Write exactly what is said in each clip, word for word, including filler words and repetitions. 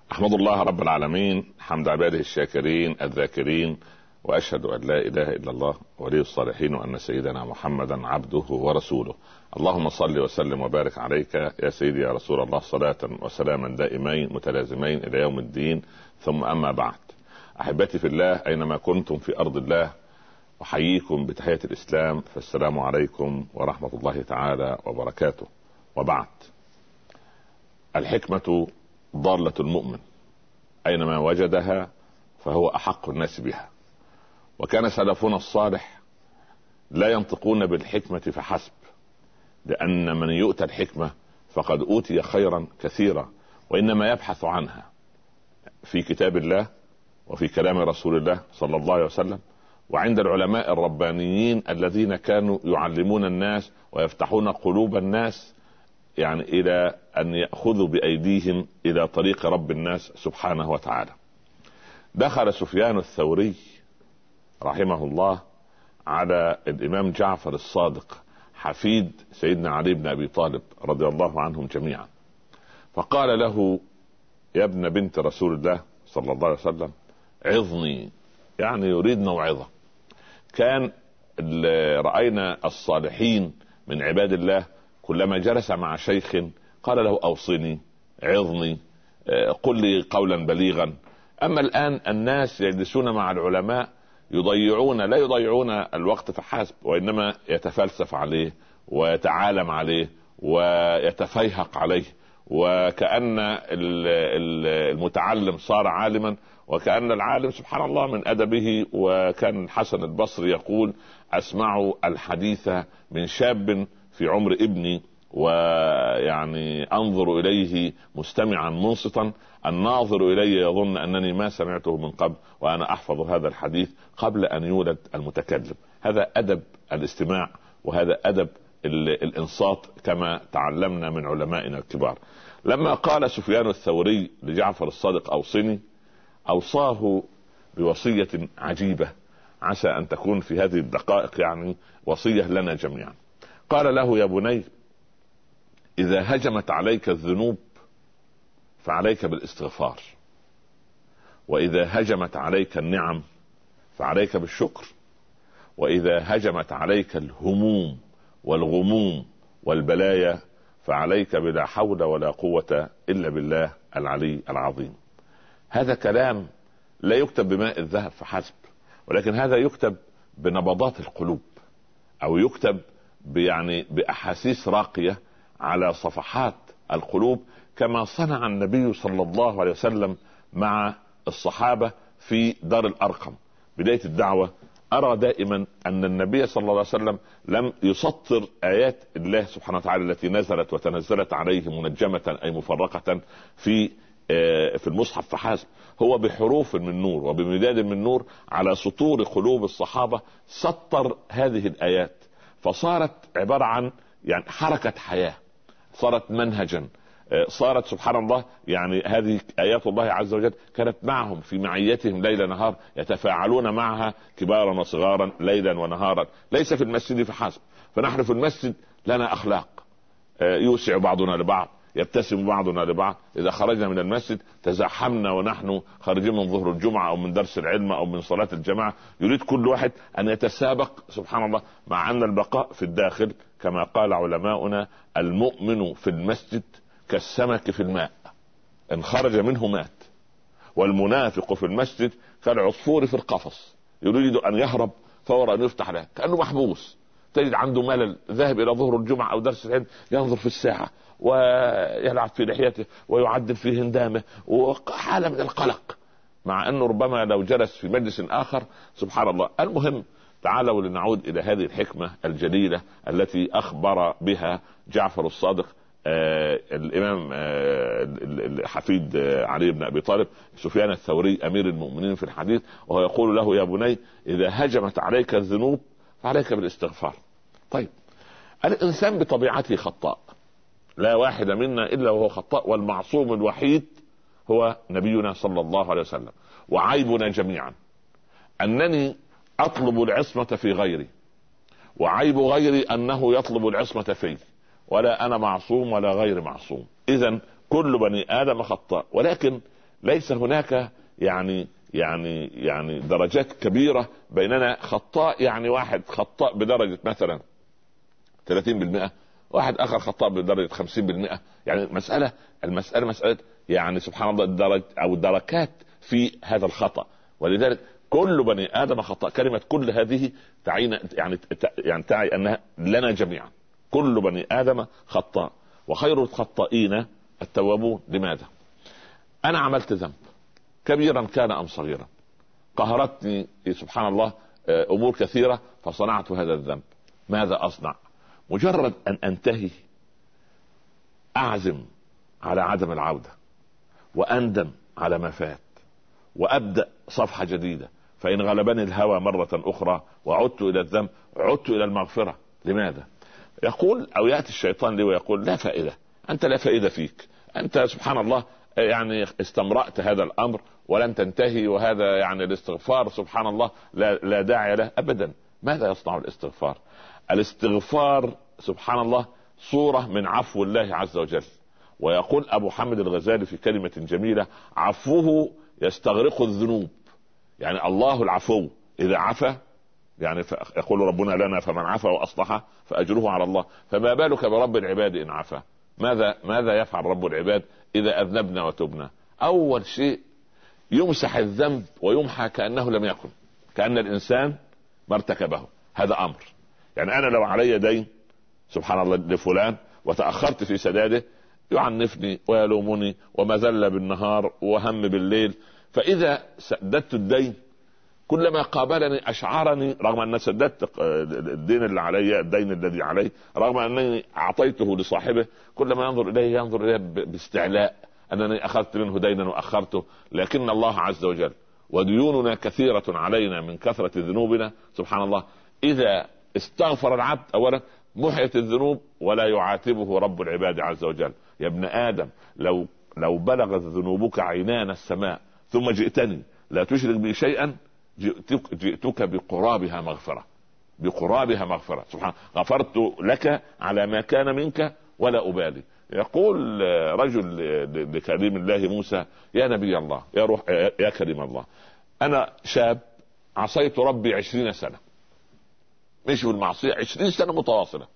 أحمد الله رب العالمين حمد عباده الشاكرين الذاكرين، وأشهد أن لا إله إلا الله ولي الصالحين، وأن سيدنا محمدا عبده ورسوله. اللهم صل وسلم وبارك عليك يا سيدي يا رسول الله، صلاة وسلاما دائمين متلازمين إلى يوم الدين، ثم أما بعد. أحبتي في الله أينما كنتم في أرض الله، أحييكم بتحية الإسلام، فالسلام عليكم ورحمة الله تعالى وبركاته. وبعد، الحكمة ضالة المؤمن، أينما وجدها فهو أحق الناس بها. وكان سلفنا الصالح لا ينطقون بالحكمة فحسب، لأن من يؤتى الحكمة فقد أوتي خيرا كثيرا، وإنما يبحث عنها في كتاب الله وفي كلام رسول الله صلى الله عليه وسلم، وعند العلماء الربانيين الذين كانوا يعلمون الناس ويفتحون قلوب الناس يعني إلى أن يأخذوا بأيديهم إلى طريق رب الناس سبحانه وتعالى. دخل سفيان الثوري رحمه الله على الإمام جعفر الصادق حفيد سيدنا علي بن أبي طالب رضي الله عنهم جميعا، فقال له: يا ابن بنت رسول الله صلى الله عليه وسلم، عظني، يعني يريد موعظة. كان رأينا الصالحين من عباد الله كلما جلس مع شيخ قال له: أوصني، عظني، قل لي قولا بليغا. أما الآن الناس يجلسون مع العلماء يضيعون لا يضيعون الوقت فحسب، وإنما يتفلسف عليه ويتعالم عليه ويتفيهق عليه، وكأن المتعلم صار عالما، وكأن العالم سبحان الله من أدبه. وكان الحسن البصري يقول: أسمع الحديث من شاب في عمر ابني، ويعني أنظر إليه مستمعا منصتا، الناظر إلي يظن أنني ما سمعته من قبل، وأنا أحفظ هذا الحديث قبل أن يولد المتكلم. هذا أدب الاستماع، وهذا أدب الإنصات كما تعلمنا من علمائنا الكبار. لما قال سفيان الثوري لجعفر الصادق: أوصني، أوصاه بوصية عجيبة عسى أن تكون في هذه الدقائق يعني وصية لنا جميعا. قال له: يا بني، إذا هجمت عليك الذنوب فعليك بالاستغفار، وإذا هجمت عليك النعم فعليك بالشكر، وإذا هجمت عليك الهموم والغموم والبلايا فعليك بلا حول ولا قوة إلا بالله العلي العظيم. هذا كلام لا يكتب بماء الذهب فحسب، ولكن هذا يكتب بنبضات القلوب، أو يكتب يعني بأحاسيس راقية على صفحات القلوب، كما صنع النبي صلى الله عليه وسلم مع الصحابة في دار الأرقم بداية الدعوة. أرى دائما أن النبي صلى الله عليه وسلم لم يسطر آيات الله سبحانه وتعالى التي نزلت وتنزلت عليه منجمة أي مفرقة في في المصحف فحسب، هو بحروف من نور وبمداد من نور على سطور قلوب الصحابة سطر هذه الآيات، فصارت عبارة عن يعني حركة حياة، صارت منهجا، صارت سبحان الله يعني هذه آيات الله عز وجل كانت معهم في معيتهم ليل نهار، يتفاعلون معها كبارا وصغارا ليلا ونهارا، ليس في المسجد فحسب. فنحن في المسجد لنا أخلاق، يوسع بعضنا لبعض، يبتسم بعضنا لبعض. إذا خرجنا من المسجد تزاحمنا ونحن خارجين من ظهر الجمعة أو من درس العلم أو من صلاة الجماعة، يريد كل واحد أن يتسابق سبحان الله، مع أن البقاء في الداخل كما قال علماؤنا: المؤمن في المسجد كالسمك في الماء، إن خرج منه مات. والمنافق في المسجد كالعصفور في القفص، يريد أن يهرب فور أن يفتح له، كأنه محبوس. تجد عنده ملل، ذاهب إلى ظهر الجمعة أو درس العلم ينظر في الساعة ويلعب في لحيته ويعدل في هندامه، وحالة من القلق، مع أنه ربما لو جلس في مجلس آخر سبحان الله. المهم، تعالوا لنعود إلى هذه الحكمة الجليلة التي أخبر بها جعفر الصادق آه الإمام آه حفيد آه علي بن أبي طالب سفيان الثوري أمير المؤمنين في الحديث، وهو يقول له: يا بني، إذا هجمت عليك الذنوب فعليك بالاستغفار. طيب، الإنسان بطبيعته خطاء، لا واحد منا إلا وهو خطاء، والمعصوم الوحيد هو نبينا صلى الله عليه وسلم. وعيبنا جميعا أنني أطلب العصمة في غيري، وعيب غيري أنه يطلب العصمة في، ولا أنا معصوم ولا غير معصوم. إذن كل بني آدم خطاء، ولكن ليس هناك يعني يعني يعني درجات كبيرة بيننا. خطاء يعني واحد خطاء بدرجة مثلا ثلاثين بالمئة، واحد اخر خطاء بدرجة خمسين بالمئة. يعني المسألة المسألة مسألة يعني سبحان الله الدرج او الدركات في هذا الخطأ. ولذلك كل بني ادم خطاء. كلمة كل هذه تعين يعني يعني تعي انها لنا جميعا. كل بني ادم خطاء وخير الخطائين التوابون. لماذا؟ انا عملت ذنب كبيرا كان ام صغيرا، قهرتني سبحان الله امور كثيرة فصنعت هذا الذنب. ماذا اصنع؟ مجرد ان انتهي اعزم على عدم العودة واندم على ما فات وابدأ صفحة جديدة. فان غلبني الهوى مرة اخرى وعدت الى الذنب عدت الى المغفرة. لماذا؟ يقول او يأتي الشيطان لي ويقول لا فائدة، انت لا فائدة فيك، انت سبحان الله يعني استمرأت هذا الامر ولن تنتهي، وهذا يعني الاستغفار سبحان الله لا, لا داعي له ابدا. ماذا يصنع الاستغفار؟ الاستغفار سبحان الله صورة من عفو الله عز وجل. ويقول ابو حامد الغزالي في كلمة جميلة: عفوه يستغرق الذنوب. يعني الله العفو اذا عفا، يعني يقول ربنا لنا فمن عفا واصلح فاجره على الله، فما بالك برب العباد ان عفا؟ ماذا ماذا يفعل رب العباد اذا اذنبنا وتبنا؟ اول شيء يمسح الذنب ويمحى كانه لم يكن، كان الانسان ما ارتكبه. هذا امر. يعني انا لو علي دين سبحان الله لفلان وتاخرت في سداده يعنفني ويلومني وما زل بالنهار وهم بالليل، فاذا سددت الدين كلما قابلني اشعرني رغم ان سددت الدين اللي علي الدين الذي علي رغم انني اعطيته لصاحبه، كلما ينظر اليه ينظر اليه باستعلاء انني اخذت منه دينا واخرته. لكن الله عز وجل وديوننا كثيرة علينا من كثرة ذنوبنا سبحان الله، اذا استغفر العبد اولا محيت الذنوب ولا يعاتبه رب العباد عز وجل. يا ابن ادم لو لو بلغت ذنوبك عنان السماء ثم جئتني لا تشرك بي شيئا جئتك, جئتك بقرابها مغفرة. بقرابها مغفرة سبحان، غفرت لك على ما كان منك ولا أبالي. يقول رجل لكريم الله موسى: يا نبي الله، يا روح يا كريم الله، أنا شاب عصيت ربي عشرين سنة، مش بالمعصية عشرين سنة متواصلة.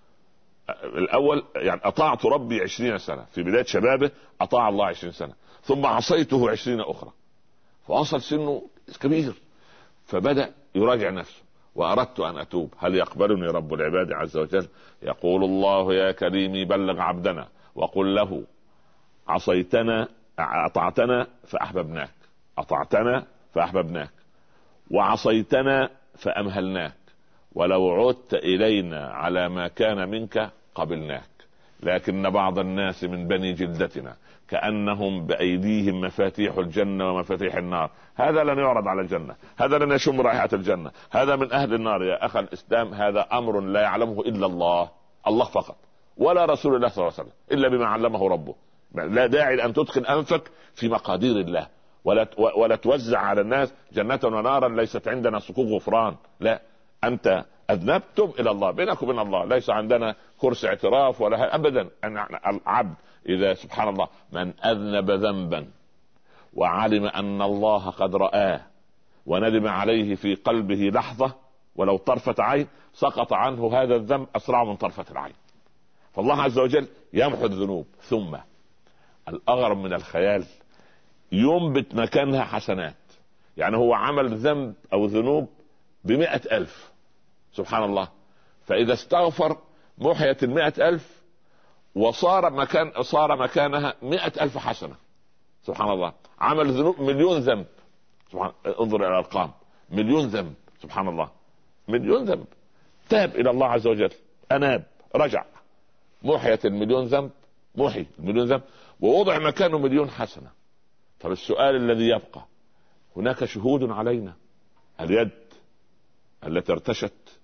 الأول يعني أطاعت ربي عشرين سنة في بداية شبابه، أطاع الله عشرين سنة، ثم عصيته عشرين أخرى، فوصل سنه كبير فبدأ يراجع نفسه: وأردت أن أتوب، هل يقبلني رب العباد عز وجل؟ يقول الله: يا كريمي بلغ عبدنا وقل له عصيتنا أطعتنا فأحببناك، أطعتنا فأحببناك، وعصيتنا فأمهلناك، ولو عدت إلينا على ما كان منك قبلناك، لكن بعض الناس من بني جلدتنا كأنهم بأيديهم مفاتيح الجنة ومفاتيح النار، هذا لن يعرض على الجنة، هذا لن يشم رائحة الجنة، هذا من أهل النار. يا أخي الإسلام هذا أمر لا يعلمه إلا الله، الله فقط، ولا رسول الله صلى الله عليه وسلم إلا بما علمه ربه. لا داعي لأن تدخل أنفك في مقادير الله، ولا ولا توزع على الناس جنة ونارا ليست عندنا صكوك غفران. لا، أنت أذنبت تب إلى الله، بينك وبين الله، ليس عندنا كرسي اعتراف ولا أبدا. أن العبد إذا سبحان الله من أذنب ذنبا وعلم أن الله قد رآه وندم عليه في قلبه لحظة ولو طرفة عين، سقط عنه هذا الذنب أسرع من طرفة العين. فالله عز وجل يمحو الذنوب، ثم الأغرب من الخيال ينبت مكانها حسنات. يعني هو عمل ذنب أو ذنوب بمئة ألف سبحان الله، فإذا استغفر محيت المئة ألف وصار مكان صار مكانها مئة ألف حسنة سبحان الله. عمل ذنوب مليون ذنب سبحان، انظر إلى الأرقام، مليون ذنب سبحان الله، مليون ذنب. تاب إلى الله عز وجل، أناب، رجع، محيت المليون ذنب، محي المليون ذنب ووضع مكانه مليون حسنة. طب السؤال الذي يبقى: هناك شهود علينا، اليد التي ارتشت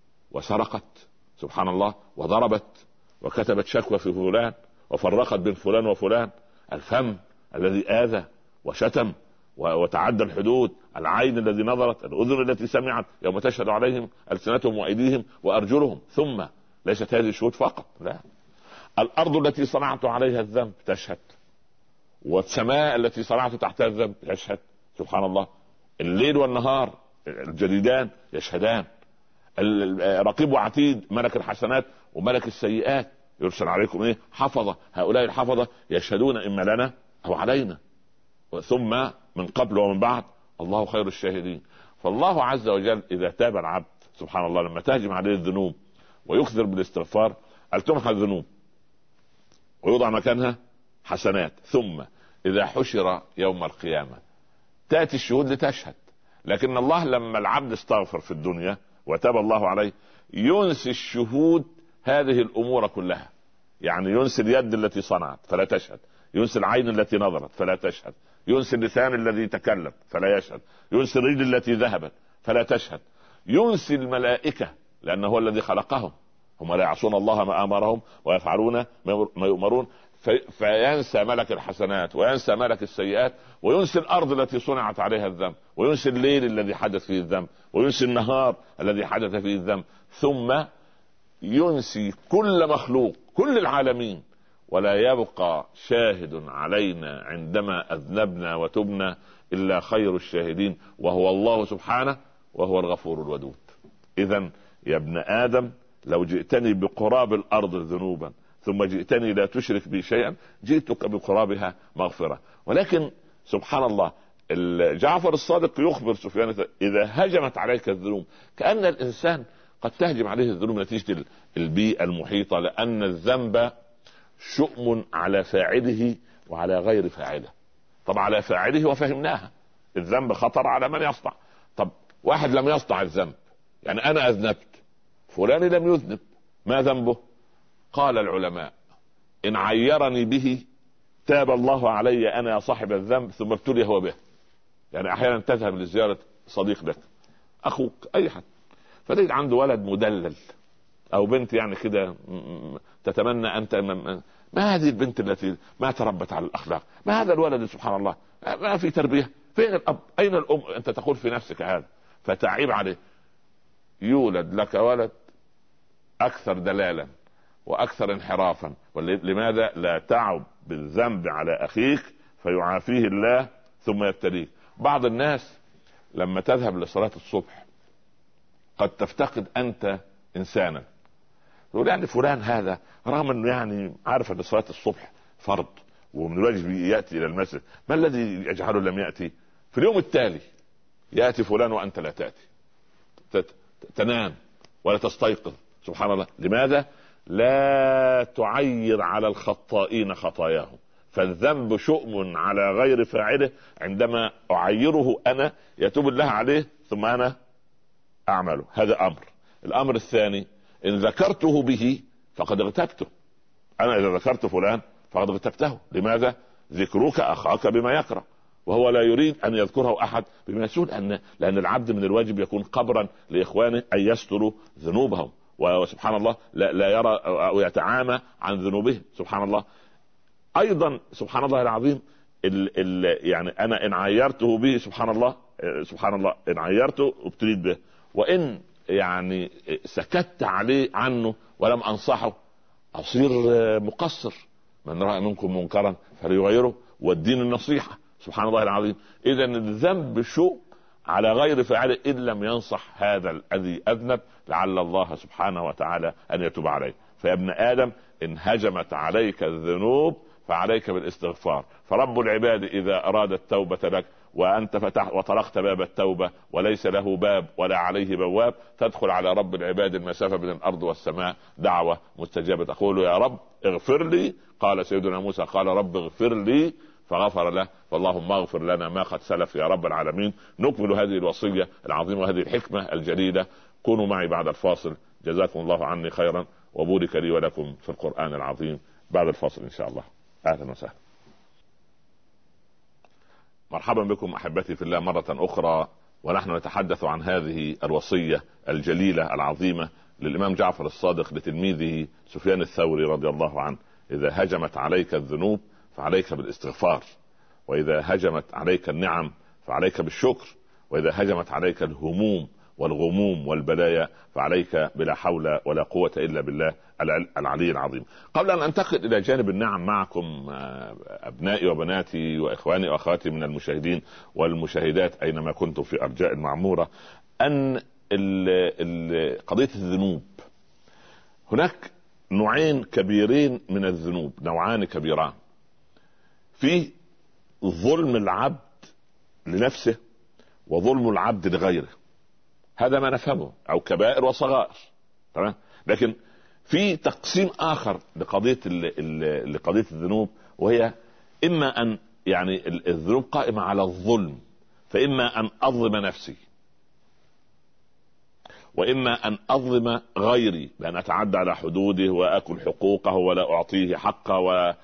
وسرقت سبحان الله وضربت وكتبت شكوى في فلان وفرقت بين فلان وفلان، الفم الذي آذى وشتم وتعدى الحدود، العين الذي نظرت، الأذن التي سمعت، يوم تشهد عليهم ألسنتهم وأيديهم وأرجلهم. ثم ليست هذه الشهود فقط، لا، الأرض التي صنعت عليها الذنب تشهد، والسماء التي صنعت تحتها الذنب يشهد سبحان الله. الليل والنهار الجديدان يشهدان. رقيب وعتيد ملك الحسنات وملك السيئات يرسل عليكم ايه حفظة. هؤلاء الحفظة يشهدون اما لنا او علينا، ثم من قبل ومن بعد الله خير الشاهدين. فالله عز وجل اذا تاب العبد سبحان الله لما تهجم عليه الذنوب ويكثر بالاستغفار تمحى الذنوب ويوضع مكانها حسنات. ثم اذا حشر يوم القيامة تأتي الشهود لتشهد. لكن الله لما العبد استغفر في الدنيا وتاب الله عليه ينسي الشهود هذه الامور كلها. يعني ينسي اليد التي صنعت فلا تشهد، ينسي العين التي نظرت فلا تشهد، ينسي اللسان الذي تكلم فلا يشهد، ينسي الرجل التي ذهبت فلا تشهد، ينسي الملائكة لأنه هو الذي خلقهم، هم لا يعصون الله ما أمرهم ويفعلون ما يؤمرون. في فينسى ملك الحسنات وينسى ملك السيئات، وينسي الأرض التي صنعت عليها الذنب، وينسي الليل الذي حدث فيه الذنب، وينسي النهار الذي حدث فيه الذنب، ثم ينسي كل مخلوق كل العالمين، ولا يبقى شاهد علينا عندما أذنبنا وتبنا إلا خير الشاهدين وهو الله سبحانه وهو الغفور الودود. إذن يا ابن آدم لو جئتني بقراب الأرض ذنوبا ثم جئتني لا تشرك بي شيئا جئتك بقرابها مغفرة. ولكن سبحان الله جعفر الصادق يخبر سفيان إذا هجمت عليك الذنوب، كأن الإنسان قد تهجم عليه الذنوب نتيجة البيئة المحيطة، لأن الذنب شؤم على فاعله وعلى غير فاعله. طب على فاعله وفهمناها، الذنب خطر على من يصنع. طب واحد لم يصنع الذنب، يعني أنا أذنبت فلان لم يذنب، ما ذنبه؟ قال العلماء إن عيرني به تاب الله علي أنا صاحب الذنب ثم ابتلي هو به. يعني أحيانا تذهب لزيارة صديق لك أخوك أي حد فتجد عنده ولد مدلل أو بنت يعني كده تتمنى أنت ما هذه البنت التي ما تربت على الأخلاق، ما هذا الولد سبحان الله ما في تربية، فين الأب أين الأم؟ أنت تقول في نفسك هذا فتعيب عليه. يولد لك ولد أكثر دلالا وأكثر انحرافا. لماذا لا تعب بالذنب على أخيك فيعافيه الله ثم يبتليك؟ بعض الناس لما تذهب لصلاة الصبح قد تفتقد أنت إنسانا، تقول يعني فلان هذا رغم أنه يعني عارف أن صلاة الصبح فرض ومن الواجب يأتي إلى المسجد، ما الذي يجعله لم يأتي؟ في اليوم التالي يأتي فلان وأنت لا تأتي، تنام ولا تستيقظ. سبحان الله. لماذا؟ لا تعير على الخطائين خطاياهم، فالذنب شؤم على غير فاعله. عندما أعيره أنا يتوب الله عليه ثم أنا أعمله، هذا أمر. الأمر الثاني إن ذكرته به فقد اغتبته. أنا إذا ذكرت فلان فقد اغتبته. لماذا؟ ذكرك أخاك بما يكره، وهو لا يريد أن يذكره أحد بما يسود، أن لأن العبد من الواجب يكون قبرا لإخوانه أن يستروا ذنوبهم، وسبحان الله لا, لا يرى أو يتعامى عن ذنوبهم. سبحان الله. أيضا سبحان الله العظيم ال ال يعني أنا إن عيرته به سبحان الله سبحان الله إن عيرته ابتليت به، وإن يعني سكت عليه عنه ولم أنصحه أصير مقصر. من رأى منكم منكرا فليغيره، والدين النصيحة. سبحان الله العظيم. إذا الذنب شؤم على غير فاعله إن لم ينصح هذا الذي أذنب لعل الله سبحانه وتعالى أن يتوب عليه. فيا ابن آدم إن هجمت عليك الذنوب فعليك بالاستغفار. فرب العباد إذا أراد التوبة لك وأنت فتحت وطرقت باب التوبة وليس له باب ولا عليه بواب، تدخل على رب العباد المسافة بين الأرض والسماء دعوة مستجابة، تقول يا رب اغفر لي. قال سيدنا موسى قال رب اغفر لي فغفر له. فاللهم اغفر لنا ما قد سلف يا رب العالمين. نكمل هذه الوصية العظيمة وهذه الحكمة الجليلة. كونوا معي بعد الفاصل. جزاكم الله عني خيرا وبورك لي ولكم في القرآن العظيم بعد الفاصل إن شاء الله. أهلا وسهلا. مرحبا بكم أحبتي في الله مرة أخرى، ونحن نتحدث عن هذه الوصية الجليلة العظيمة للإمام جعفر الصادق لتلميذه سفيان الثوري رضي الله عنه. إذا هجمت عليك الذنوب فعليك بالاستغفار، وإذا هجمت عليك النعم فعليك بالشكر، وإذا هجمت عليك الهموم والغموم والبلايا، فعليك بلا حول ولا قوة إلا بالله العلي العظيم. قبل أن أنتقل إلى جانب النعم معكم أبنائي وبناتي وإخواني وأخواتي من المشاهدين والمشاهدات أينما كنتم في أرجاء المعمورة، أن قضية الذنوب، هناك نوعين كبيرين من الذنوب، نوعان كبيران. في ظلم العبد لنفسه وظلم العبد لغيره، هذا ما نفهمه، او كبائر وصغائر، تمام. لكن في تقسيم اخر لقضيه لقضيه الذنوب، وهي اما ان يعني الذنوب قائمه على الظلم، فاما ان اظلم نفسي، واما ان اظلم غيري بان اتعدى على حدوده واكل حقوقه ولا اعطيه حقه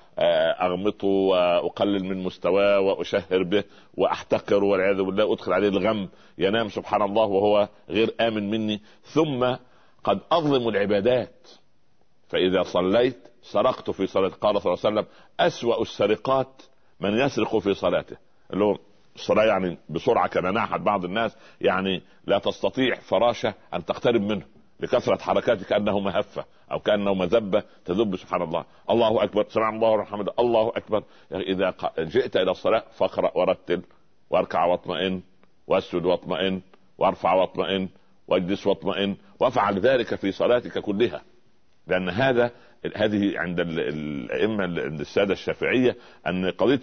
واغمطه واقلل من مستواه واشهر به واحتقر والعياذ بالله، ادخل عليه الغم، ينام سبحان الله وهو غير امن مني. ثم قد اظلم العبادات، فاذا صليت سرقت في صلاه، قال صلى الله عليه وسلم اسوأ السرقات من يسرق في صلاته، اللي هو الصلاة يعني بسرعة كما ناحت بعض الناس، يعني لا تستطيع فراشة أن تقترب منه لكثرة حركاته كأنه مهفة أو كأنه مذبة تذب، سبحان الله. الله أكبر، سمع الله ورحمة الله أكبر. يعني إذا جئت إلى الصلاة فاقرأ ورتل واركع واطمئن واسجد واطمئن وارفع واطمئن واجلس واطمئن، وافعل ذلك في صلاتك كلها، لأن هذا هذه عند الأئمة عند السادة الشافعية أن قضية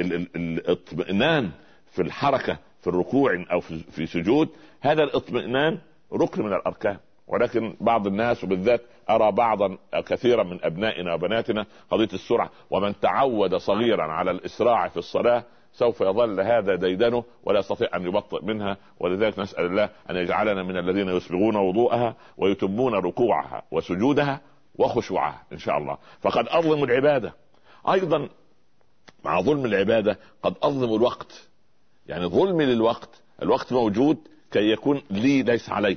الاطمئنان في الحركة في الركوع أو في سجود، هذا الاطمئنان ركن من الأركان. ولكن بعض الناس وبالذات أرى بعضا كثيرا من أبنائنا وبناتنا قضية السرعة، ومن تعود صغيرا على الإسراع في الصلاة سوف يظل هذا ديدنه ولا يستطيع أن يبطئ منها. ولذلك نسأل الله أن يجعلنا من الذين يسبغون وضوءها ويتمون ركوعها وسجودها وخشوعها إن شاء الله. فقد أظلم العبادة أيضا، مع ظلم العبادة قد أظلم الوقت، يعني ظلمي للوقت، الوقت موجود كي يكون لي ليس علي،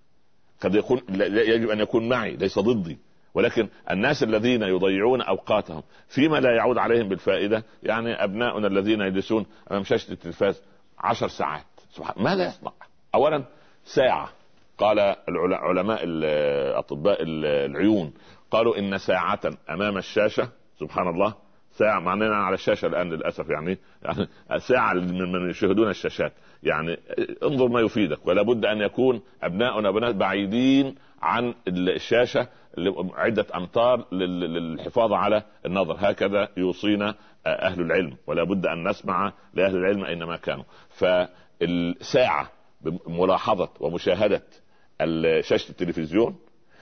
قد يكون يجب أن يكون معي ليس ضدي. ولكن الناس الذين يضيعون أوقاتهم فيما لا يعود عليهم بالفائدة، يعني أبناؤنا الذين يجلسون أمام شاشة التلفاز عشر ساعات، سبحان ماذا يصنع؟ أولا ساعة، قال العلماء أطباء العيون قالوا إن ساعة أمام الشاشة، سبحان الله، ساعة معناها على الشاشة الآن للأسف، يعني, يعني ساعة من يشاهدون الشاشات، يعني انظر ما يفيدك. ولا بد أن يكون أبناؤنا بنات بعيدين عن الشاشة عدة أمتار للحفاظ على النظر، هكذا يوصينا أهل العلم، ولا بد أن نسمع لأهل العلم أينما كانوا. فالساعة بملاحظة ومشاهدة شاشة التلفزيون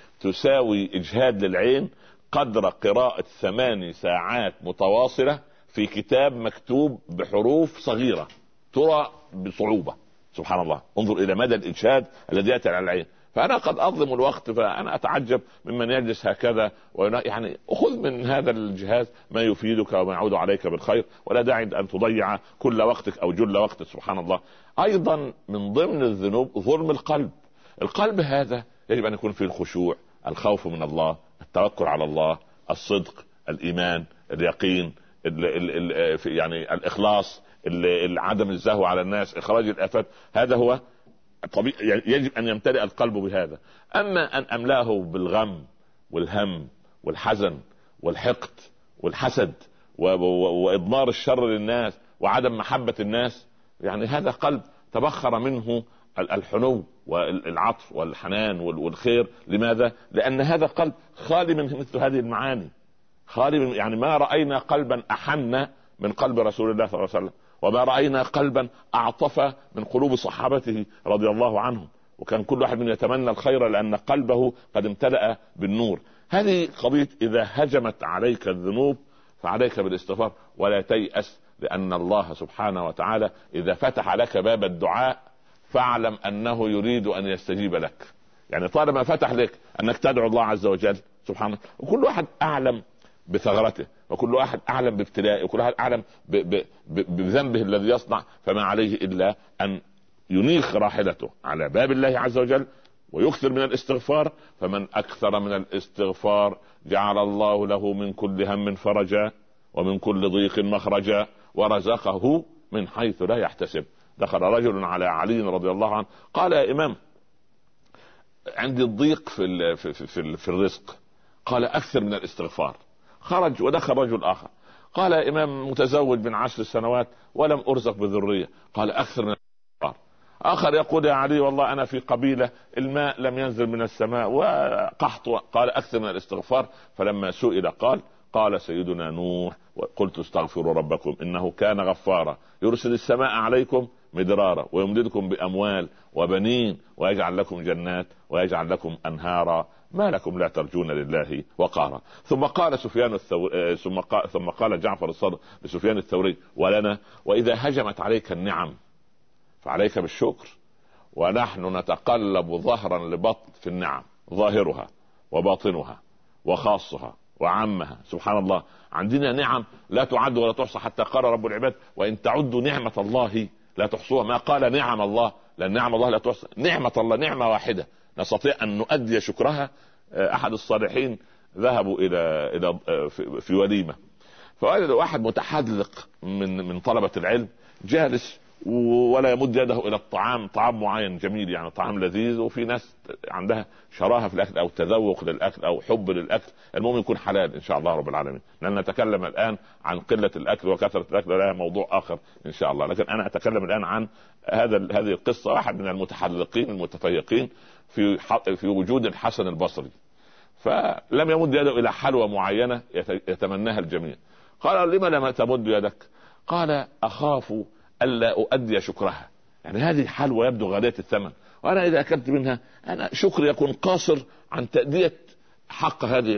تساوي إجهاد للعين قدر قراءة ثماني ساعات متواصلة في كتاب مكتوب بحروف صغيرة ترى بصعوبة، سبحان الله. انظر إلى مدى الإجهاد الذي يأتي على العين. فأنا قد أظلم الوقت، فأنا أتعجب ممن يجلس هكذا، يعني أخذ من هذا الجهاز ما يفيدك وما يعود عليك بالخير، ولا داعي أن تضيع كل وقتك أو جل وقتك، سبحان الله. أيضا من ضمن الذنوب ظلم القلب. القلب هذا يجب أن يكون فيه الخشوع، الخوف من الله، التوكل على الله، الصدق، الإيمان، اليقين، ال ال ال يعني الإخلاص، عدم الزهو على الناس، إخراج الآفات. هذا هو طبيعي، يجب أن يمتلئ القلب بهذا. أما أن أملاه بالغم والهم والحزن والحقد والحسد وإضمار الشر للناس وعدم محبة الناس، يعني هذا قلب تبخر منه الحنو والعطف والحنان والخير. لماذا؟ لأن هذا قلب خالي من مثل هذه المعاني، خالي من، يعني ما رأينا قلبا أحن من قلب رسول الله صلى الله عليه وسلم، وما رأينا قلبا أعطف من قلوب صحابته رضي الله عنهم، وكان كل واحد من يتمنى الخير لأن قلبه قد امتلأ بالنور. هذه قضية إذا هجمت عليك الذنوب فعليك بالاستغفار ولا تيأس، لأن الله سبحانه وتعالى إذا فتح لك باب الدعاء فاعلم أنه يريد أن يستجيب لك. يعني طالما فتح لك أنك تدعو الله عز وجل سبحانه، وكل واحد أعلم بثغرته، وكل واحد أعلم بابتلائه، وكل واحد أعلم بذنبه الذي يصنع، فما عليه إلا أن ينيخ راحلته على باب الله عز وجل ويكثر من الاستغفار. فمن أكثر من الاستغفار جعل الله له من كل هم فرجا ومن كل ضيق مخرجا ورزقه من حيث لا يحتسب. دخل رجل على علي رضي الله عنه قال: يا إمام، عندي الضيق في ال في, في, في, في الرزق. قال أكثر من الاستغفار. خرج ودخل رجل آخر قال يا إمام متزوج من عشر سنوات ولم أرزق بذرية. قال أكثر من الاستغفار. آخر يقول يا علي والله أنا في قبيلة الماء لم ينزل من السماء وقحط. قال أكثر من الاستغفار. فلما سئل قال قال سيدنا نوح قلت استغفروا ربكم إنه كان غفارا يرسل السماء عليكم مدرارا ويمددكم بأموال وبنين ويجعل لكم جنات ويجعل لكم أنهارا ما لكم لا ترجون لله وقارا. ثم قال سفيان الثوري ثم قال ثم قال جعفر الصادق لسفيان الثوري ولنا وإذا هجمت عليك النعم فعليك بالشكر ونحن نتقلب ظهرا لبطن في النعم ظاهرها وباطنها وخاصها وعامها. سبحان الله عندنا نعم لا تعد ولا تحصى حتى قال رب العباد وإن تعدوا نعمة الله لا تحصوها. ما قال نعم الله لأن نعم الله لا تحصى. نعمة الله نعمة واحدة نستطيع أن نؤدي شكرها. أحد الصالحين ذهبوا إلى إلى في وليمة فوجد واحد متحدلق من من طلبة العلم جالس ولا يمد يده الى الطعام طعام معين جميل يعني طعام لذيذ وفي ناس عندها شراهه في الاكل او تذوق للاكل او حب للاكل. المهم يكون حلال ان شاء الله رب العالمين. لن نتكلم الان عن قله الاكل وكثره الاكل لها موضوع اخر ان شاء الله. لكن انا اتكلم الان عن هذا هذه القصه. واحد من المتحلقين المتفيقين في في وجود الحسن البصري فلم يمد يده الى حلوى معينه يتمناها الجميع. قال لما لم تمد يدك؟ قال اخاف ألا أؤدي شكرها. يعني هذه حلوى يبدو غالية الثمن وأنا إذا أكلت منها أنا شكري يكون قاصر عن تأدية حق هذه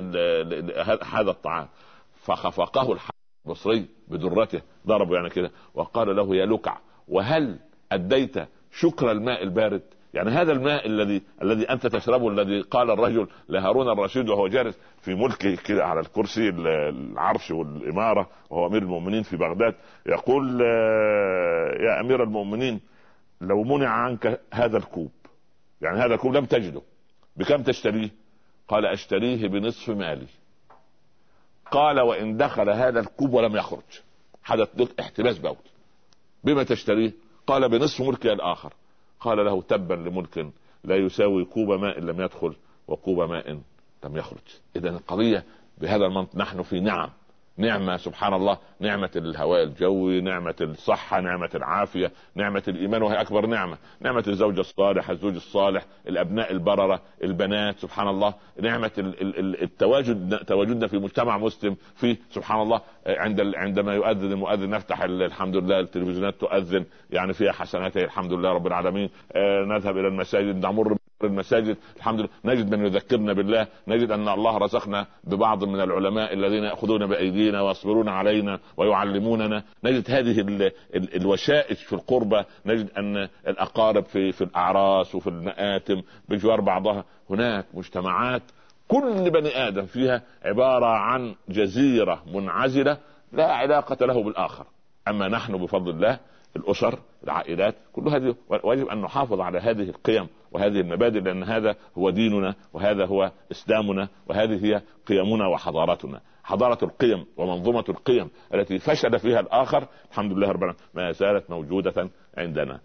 هذا الطعام. فخفقه الحسن البصري بدرته ضربه يعني كده وقال له يا لكع وهل أديت شكر الماء البارد؟ يعني هذا الماء الذي الذي أنت تشربه الذي قال الرجل لهارون الرشيد وهو جالس في ملكه كده على الكرسي العرش والإمارة وهو أمير المؤمنين في بغداد يقول يا أمير المؤمنين لو منع عنك هذا الكوب يعني هذا الكوب لم تجده بكم تشتريه؟ قال أشتريه بنصف مالي. قال وإن دخل هذا الكوب ولم يخرج حدث لك احتباس بول بما تشتريه؟ قال بنصف ملكي الآخر. قال له تبا لملك لا يساوي كوب ماء لم يدخل وكوب ماء لم يخرج. إذن القضية بهذا المنطق. نحن في نعم نعمة سبحان الله نعمة الهواء الجوي نعمة الصحة نعمة العافية نعمة الإيمان وهي أكبر نعمة نعمة الزوجة الصالح الزوج الصالح الأبناء البررة البنات سبحان الله نعمة التواجد تواجدنا في مجتمع مسلم في سبحان الله عند عندما يؤذن المؤذن نفتح الحمد لله التلفزيونات تؤذن يعني فيها حسناته الحمد لله رب العالمين. نذهب إلى المساجد نمر المساجد الحمد لله نجد من يذكرنا بالله نجد أن الله رزقنا ببعض من العلماء الذين يأخذون بأيدينا ويصبرون علينا ويعلموننا. نجد هذه ال ال الوشائج في القربة نجد أن الأقارب في, في الأعراس وفي المآتم بجوار بعضها. هناك مجتمعات كل بني آدم فيها عبارة عن جزيرة منعزلة لا علاقة له بالآخر. أما نحن بفضل الله الأسر العائلات كل هذه واجب أن نحافظ على هذه القيم وهذه المبادئ لأن هذا هو ديننا وهذا هو إسلامنا وهذه هي قيمنا وحضارتنا. حضارة القيم ومنظومة القيم التي فشل فيها الآخر الحمد لله رب العالمين ما زالت موجودة عندنا.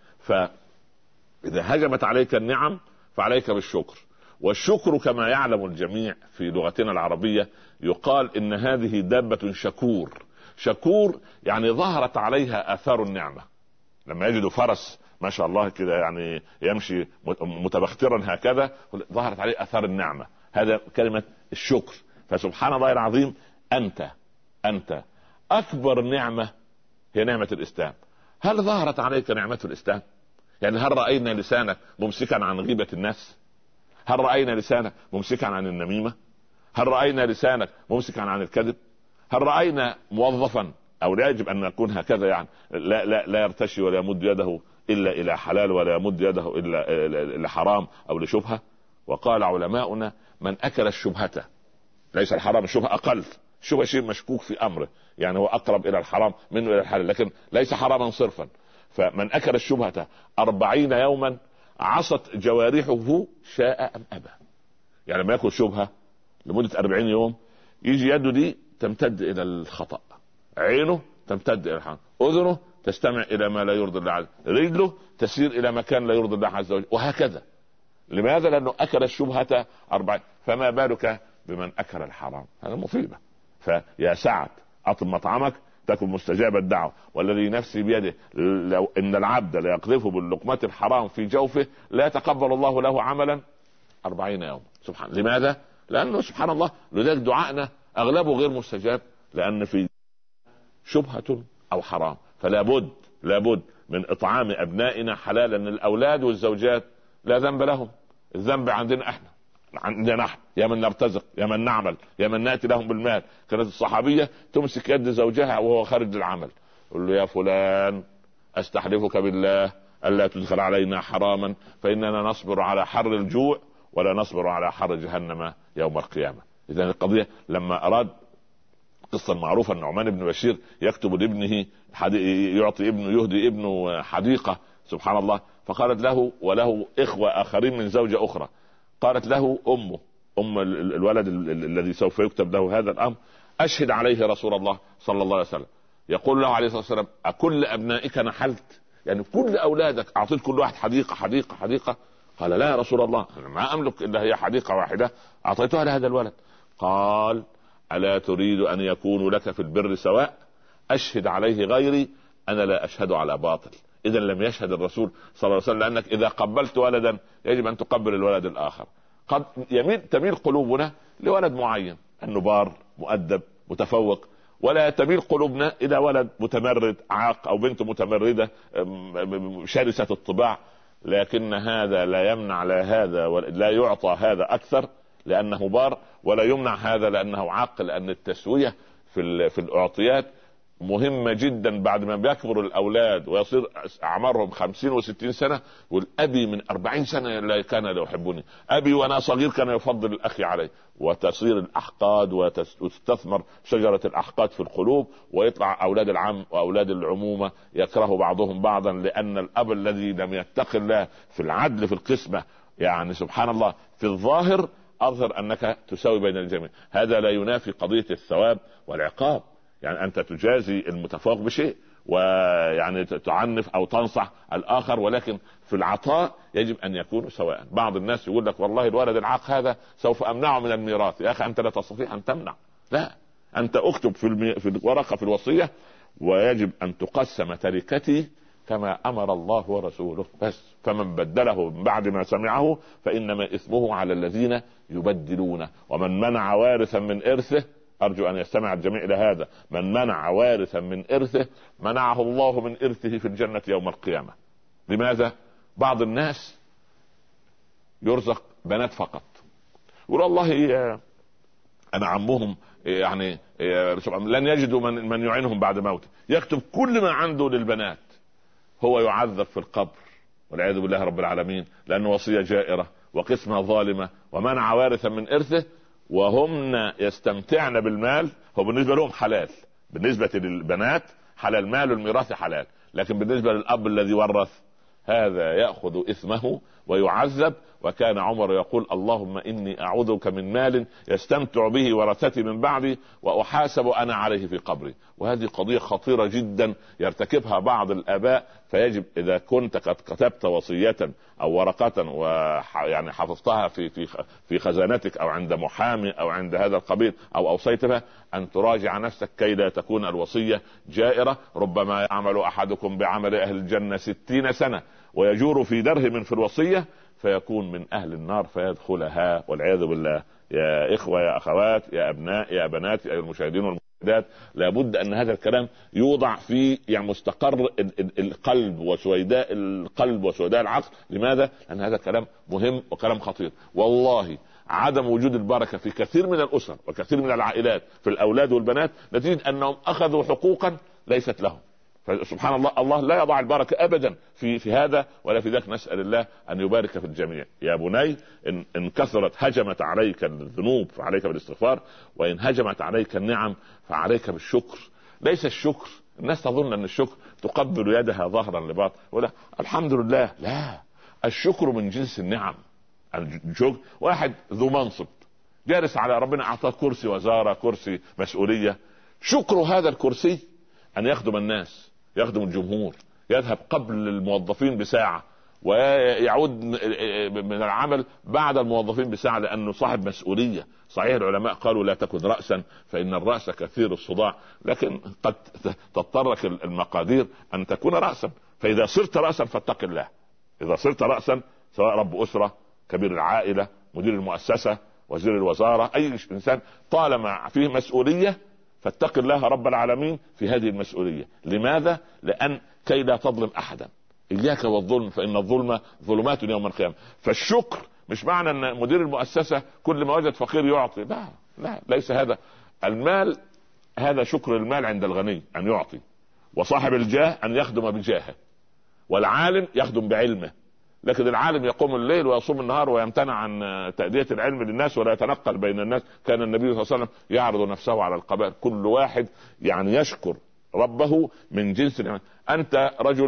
فإذا هجمت عليك النعم فعليك بالشكر. والشكر كما يعلم الجميع في لغتنا العربية يقال إن هذه دابة شكور. شكور يعني ظهرت عليها آثار النعمة. لما يجدوا فرس ما شاء الله كده يعني يمشي متبخترا هكذا ظهرت عليه آثار النعمة. هذا كلمة الشكر. فسبحان الله العظيم أنت أنت أكبر نعمة هي نعمة الإسلام. هل ظهرت عليك نعمة الإسلام؟ يعني هل رأينا لسانك ممسكا عن غيبة الناس؟ هل رأينا لسانك ممسكا عن النميمة؟ هل رأينا لسانك ممسكا عن الكذب؟ هل رأينا موظفا أو لا يجب أن نكون هكذا يعني لا لا لا يرتشي ولا يمد يده إلا إلى حلال ولا يمد يده إلا لحرام أو لشبهة؟ وقال علماؤنا من أكل الشبهة ليس الحرام الشبهة أقل الشبهة شيء مشكوك في أمره يعني هو أقرب إلى الحرام منه إلى الحلال لكن ليس حراما صرفا. فمن أكل الشبهة أربعين يوما عصت جوارحه شاء أم أبى. يعني ما يأكل شبهة لمدة أربعين يوم يجي يده دي تمتد إلى الخطأ عينه تمتد إلى الحرام أذنه تستمع إلى ما لا يرضي الله عز وجل رجله تسير إلى مكان لا يرضي الله عز وجل وهكذا. لماذا؟ لأنه أكل الشبهة أربعين، فما بالك بمن أكل الحرام؟ هذا مصيبة. فيا سعد أطب مطعمك تكن مستجاب الدعوة، والذي نفسي بيده لو إن العبد ليقذف باللقمة الحرام في جوفه لا يتقبل الله له عملا أربعين يوم. سبحان. لماذا؟ لأنه سبحان الله لذلك دعائنا أغلبه غير مستجاب، لأن في شبهة أو حرام. فلا بد لابد من إطعام أبنائنا حلالا. الأولاد والزوجات لا ذنب لهم، الذنب عندنا احنا، عندنا نحن، يا من نرتزق، يا من نعمل، يا من ناتي لهم بالمال. كانت الصحابية تمسك يد زوجها وهو خارج العمل، يقول له يا فلان استحلفك بالله ألا تدخل علينا حراما فإننا نصبر على حر الجوع ولا نصبر على حر جهنم يوم القيامة. إذن القضية لما أراد قصة معروفة النعمان بن بشير يكتب لابنه يعطي ابنه يهدي ابنه حديقة سبحان الله، فقالت له وله إخوة آخرين من زوجة أخرى، قالت له أمه أم الولد الذي سوف يكتب له هذا الأمر أشهد عليه رسول الله صلى الله عليه وسلم. يقول له عليه الصلاة والسلام أكل أبنائك نحلت؟ يعني كل أولادك أعطيت كل واحد حديقة حديقة حديقة؟ قال لا يا رسول الله ما أملك إلا هي حديقة واحدة أعطيتها لهذا الولد. قال ألا تريد أن يكون لك في البر سواء؟ أشهد عليه غيري أنا لا أشهد على باطل. إذا لم يشهد الرسول صلى الله عليه وسلم، لأنك إذا قبلت ولدا يجب أن تقبل الولد الآخر. قد يميل تميل قلوبنا لولد معين أنه بار مؤدب متفوق، ولا تميل قلوبنا إلى ولد متمرد عاق أو بنت متمردة شرسة الطباع. لكن هذا لا يمنع لا هذا ولا يعطى هذا أكثر لأنه بار، ولا يمنع هذا لأنه عاق، لأن التسوية في في الأعطيات مهمة جدا. بعد ما بيكبر الأولاد ويصير أعمارهم خمسين وستين سنة، والأبي من أربعين سنة لا كان لا يحبني، أبي وأنا صغير كان يفضل الأخي علي، وتصير الأحقاد وتستثمر شجرة الأحقاد في القلوب، ويطلع أولاد العم وأولاد العمومة يكره بعضهم بعضا، لأن الأب الذي لم يتق الله في العدل في القسمة يعني سبحان الله في الظاهر أظهر أنك تساوي بين الجميع. هذا لا ينافي قضية الثواب والعقاب، يعني أنت تجازي المتفوق بشيء ويعني تعنف أو تنصح الآخر، ولكن في العطاء يجب أن يكون سواء. بعض الناس يقول لك والله الولد العاق هذا سوف أمنعه من الميراث. يا أخي أنت لا تستطيع أن تمنع، لا، أنت اكتب في, المي... في الورقة في الوصية ويجب أن تقسم تركتي كما أمر الله ورسوله بس، فمن بدله من بعد ما سمعه فإنما إثمه على الذين يبدلونه. ومن منع وارثا من إرثه، أرجو أن يستمع الجميع إلى هذا، من منع وارثا من إرثه منعه الله من إرثه في الجنة يوم القيامة. لماذا؟ بعض الناس يرزق بنات فقط، يقول الله أنا عمهم يعني لن يجدوا من, من يعينهم بعد موته، يكتب كل ما عنده للبنات، هو يعذب في القبر والعياذ بالله رب العالمين، لأنه وصية جائرة وقسمة ظالمة ومنع وارثا من إرثه، وهم يستمتعن بالمال. هو بالنسبة لهم حلال، بالنسبة للبنات حلال، مال الميراث حلال، لكن بالنسبة للأب الذي ورث هذا يأخذ إثمه ويعذب. وكان عمر يقول اللهم إني أعوذك من مال يستمتع به ورثتي من بعدي وأحاسب أنا عليه في قبري. وهذه قضية خطيرة جدا يرتكبها بعض الآباء. فيجب إذا كنت قد كتبت وصية أو ورقة ويعني حفظتها في في في خزانتك أو عند محامي أو عند هذا القبيل أو أوصيت بها، أن تراجع نفسك كي لا تكون الوصية جائرة. ربما يعمل أحدكم بعمل أهل الجنة ستين سنة ويجور في درهم في الوصية فيكون من أهل النار فيدخلها والعياذ بالله. يا إخوة يا أخوات يا أبناء يا بنات يا المشاهدين والمشاهدات، لابد أن هذا الكلام يوضع في يعني مستقر القلب وسويداء القلب وسويداء العقل. لماذا؟ لأن هذا الكلام مهم وكلام خطير. والله عدم وجود البركة في كثير من الأسر وكثير من العائلات في الأولاد والبنات نتيجة أنهم أخذوا حقوقا ليست لهم. فسبحان الله الله لا يضع البركة أبدا في في هذا ولا في ذاك. نسأل الله أن يبارك في الجميع. يا بني إن, إن كثرت هجمت عليك الذنوب فعليك بالاستغفار، وإن هجمت عليك النعم فعليك بالشكر. ليس الشكر، الناس تظن أن الشكر تقبل يدها ظهرا لباطن ولا الحمد لله، لا، الشكر من جنس النعم. الشكر واحد ذو منصب جالس على ربنا أعطاه كرسي وزارة كرسي مسؤولية، شكر هذا الكرسي أن يخدم الناس يخدم الجمهور، يذهب قبل الموظفين بساعة ويعود من العمل بعد الموظفين بساعة، لأنه صاحب مسؤولية. صحيح العلماء قالوا لا تكن رأسا فإن الرأس كثير الصداع، لكن قد تضطرك المقادير أن تكون رأسا. فإذا صرت رأسا فاتق الله. إذا صرت رأسا، سواء رب أسرة، كبير العائلة، مدير المؤسسة، وزير الوزارة، أي إنسان طالما فيه مسؤولية فاتق الله رب العالمين في هذه المسؤولية. لماذا؟ لأن كي لا تظلم أحدا. إياك والظلم فإن الظلم ظلمات يوم القيامة. فالشكر مش معنى أن مدير المؤسسة كل ما وجد فقير يعطي، لا لا، ليس هذا المال. هذا شكر المال عند الغني أن يعطي، وصاحب الجاه أن يخدم بجاهه، والعالم يخدم بعلمه. لكن العالم يقوم الليل ويصوم النهار ويمتنع عن تأدية العلم للناس ولا يتنقل بين الناس. كان النبي صلى الله عليه وسلم يعرض نفسه على القبائل، كل واحد يعني يشكر ربه من جنس العمل. أنت رجل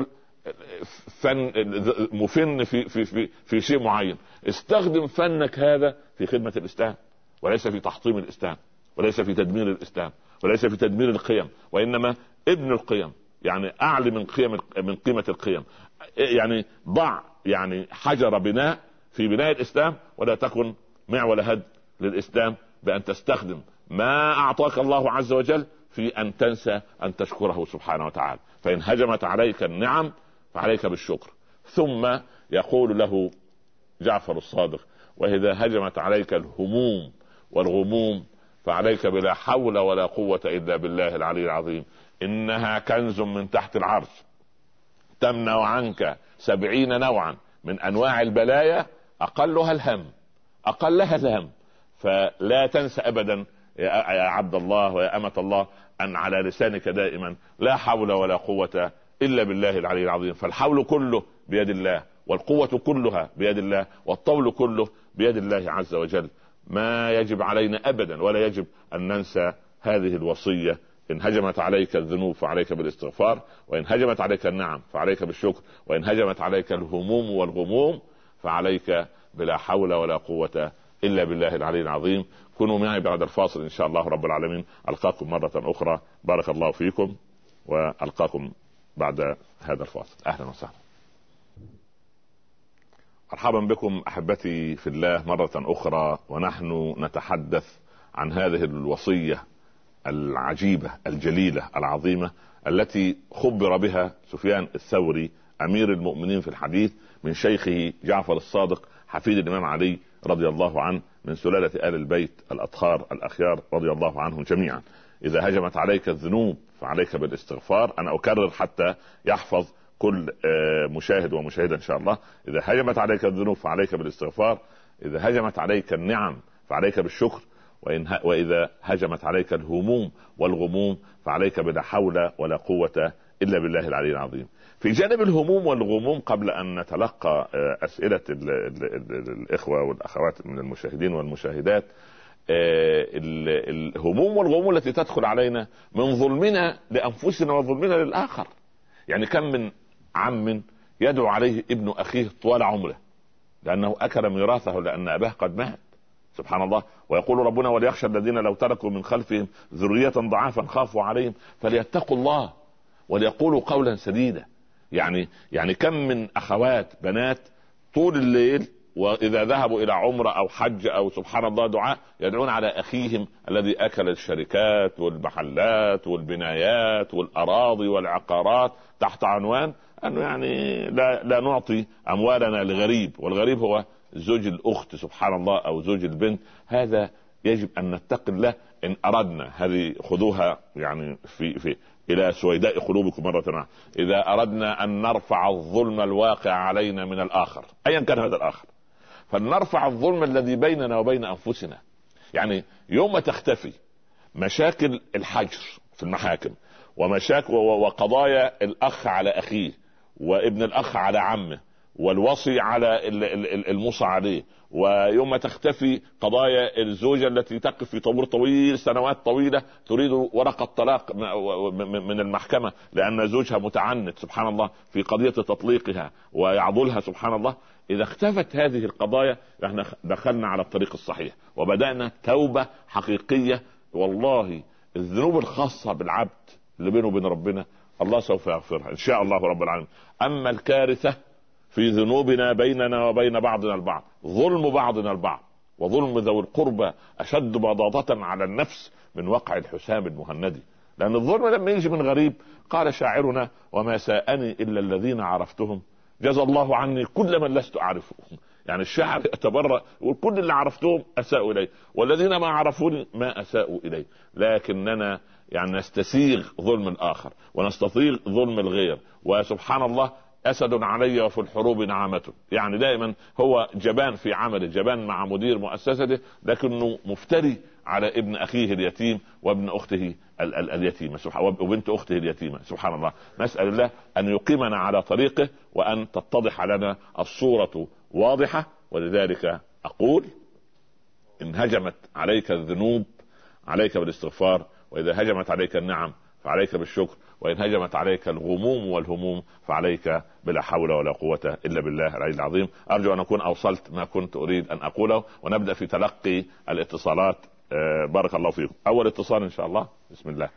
فن مفن في في في في شيء معين، استخدم فنك هذا في خدمة الإسلام، وليس في تحطيم الإسلام، وليس في تدمير الإسلام، وليس في تدمير القيم، وإنما ابن القيم. يعني أعلى من قيم من قيمة القيم. يعني ضع يعني حجر بناء في بناء الإسلام، ولا تكن معول هد للإسلام بأن تستخدم ما أعطاك الله عز وجل في أن تنسى أن تشكره سبحانه وتعالى. فإن هجمت عليك النعم فعليك بالشكر. ثم يقول له جعفر الصادق: وإذا هجمت عليك الهموم والغموم فعليك بلا حول ولا قوة إلا بالله العلي العظيم، إنها كنز من تحت العرش تمنع عنك سبعين نوعا من أنواع البلايا أقلها الهم، أقلها الهم. فلا تنسى أبدا يا عبد الله ويا أمة الله أن على لسانك دائما لا حول ولا قوة إلا بالله العلي العظيم. فالحول كله بيد الله، والقوة كلها بيد الله، والطول كله بيد الله عز وجل. ما يجب علينا أبدا ولا يجب أن ننسى هذه الوصية. إن هجمت عليك الذنوب فعليك بالاستغفار، وإن هجمت عليك النعم فعليك بالشكر، وإن هجمت عليك الهموم والغموم فعليك بلا حول ولا قوة إلا بالله العلي العظيم. كونوا معي بعد الفاصل إن شاء الله رب العالمين. ألقاكم مرة أخرى، بارك الله فيكم، وألقاكم بعد هذا الفاصل. أهلا وسهلا، مرحبا بكم أحبتي في الله مرة أخرى، ونحن نتحدث عن هذه الوصية العجيبة الجليلة العظيمة التي خبر بها سفيان الثوري أمير المؤمنين في الحديث من شيخه جعفر الصادق حفيد الإمام علي رضي الله عنه، من سلالة آل البيت الأطهار الأخيار رضي الله عنهم جميعا. إذا هجمت عليك الذنوب فعليك بالاستغفار. أنا أكرر حتى يحفظ كل مشاهد ومشاهدة إن شاء الله. إذا هجمت عليك الذنوب فعليك بالاستغفار، إذا هجمت عليك النعم فعليك بالشكر، وإن وإذا هجمت عليك الهموم والغموم فعليك بلا حول ولا قوة إلا بالله العلي العظيم. في جانب الهموم والغموم، قبل أن نتلقى أسئلة ال ال ال الإخوة والأخوات من المشاهدين والمشاهدات، الهموم والغموم التي تدخل علينا من ظلمنا لأنفسنا وظلمنا للآخر. يعني كم من عم يدعو عليه ابن أخيه طوال عمره لأنه أكل ميراثه لأن أباه قد مات، سبحان الله. ويقول ربنا: وليخشى الذين لو تركوا من خلفهم ذرية ضعافا خافوا عليهم فليتقوا الله وليقولوا قولا سديدا. يعني يعني كم من أخوات بنات طول الليل وإذا ذهبوا إلى عمرة أو حج أو سبحان الله دعاء يدعون على أخيهم الذي أكل الشركات والمحلات والبنايات والأراضي والعقارات تحت عنوان أنه يعني لا, لا نعطي أموالنا لغريب، والغريب هو زوج الأخت سبحان الله أو زوج البنت. هذا يجب أن نتقي الله إن أردنا. هذه خذوها يعني في في إلى سويداء قلوبكم مرة واحدة. إذا أردنا أن نرفع الظلم الواقع علينا من الآخر أيا كان هذا الآخر، فلنرفع الظلم الذي بيننا وبين أنفسنا. يعني يوم تختفي مشاكل الحجر في المحاكم، ومشاكل وقضايا الأخ على أخيه، وابن الأخ على عمه، والوصي على الموصى عليه، ويوم تختفي قضايا الزوجة التي تقف في طابور طويل سنوات طويلة تريد ورقة طلاق من المحكمة لأن زوجها متعنت سبحان الله في قضية تطليقها ويعضلها سبحان الله. إذا اختفت هذه القضايا احنا دخلنا على الطريق الصحيح وبدأنا توبة حقيقية. والله الذنوب الخاصة بالعبد اللي بينه وبين ربنا الله سوف يغفرها إن شاء الله رب العالمين. أما الكارثة في ذنوبنا بيننا وبين بعضنا البعض، ظلم بعضنا البعض وظلم ذوي القربى أشد بضاضة على النفس من وقع الحسام المهندي. لأن الظلم لما يجي من غريب، قال شاعرنا: وما ساءني إلا الذين عرفتهم جزى الله عني كل من لست أعرفهم. يعني الشاعر يتبرأ يقول: كل اللي عرفتهم أساءوا إلي، والذين ما عرفوني ما أساءوا إلي. لكننا يعني نستسيغ ظلم الآخر ونستطيع ظلم الغير. وسبحان الله، أسد علي وفي الحروب نعمته. يعني دائما هو جبان في عمله، جبان مع مدير مؤسسته، لكنه مفتري على ابن أخيه اليتيم وابن أخته ال- ال- اليتيمة وبنت أخته اليتيمة. سبحان الله، نسأل الله أن يقيمنا على طريقه وأن تتضح لنا الصورة واضحة. ولذلك أقول: إن هجمت عليك الذنوب عليك بالاستغفار، وإذا هجمت عليك النعم فعليك بالشكر، وإن هجمت عليك الغموم والهموم فعليك بلا حول ولا قوة إلا بالله العلي العظيم. أرجو أن أكون أوصلت ما كنت أريد أن أقوله، ونبدأ في تلقي الاتصالات. آه بارك الله فيكم. أول اتصال إن شاء الله. بسم الله.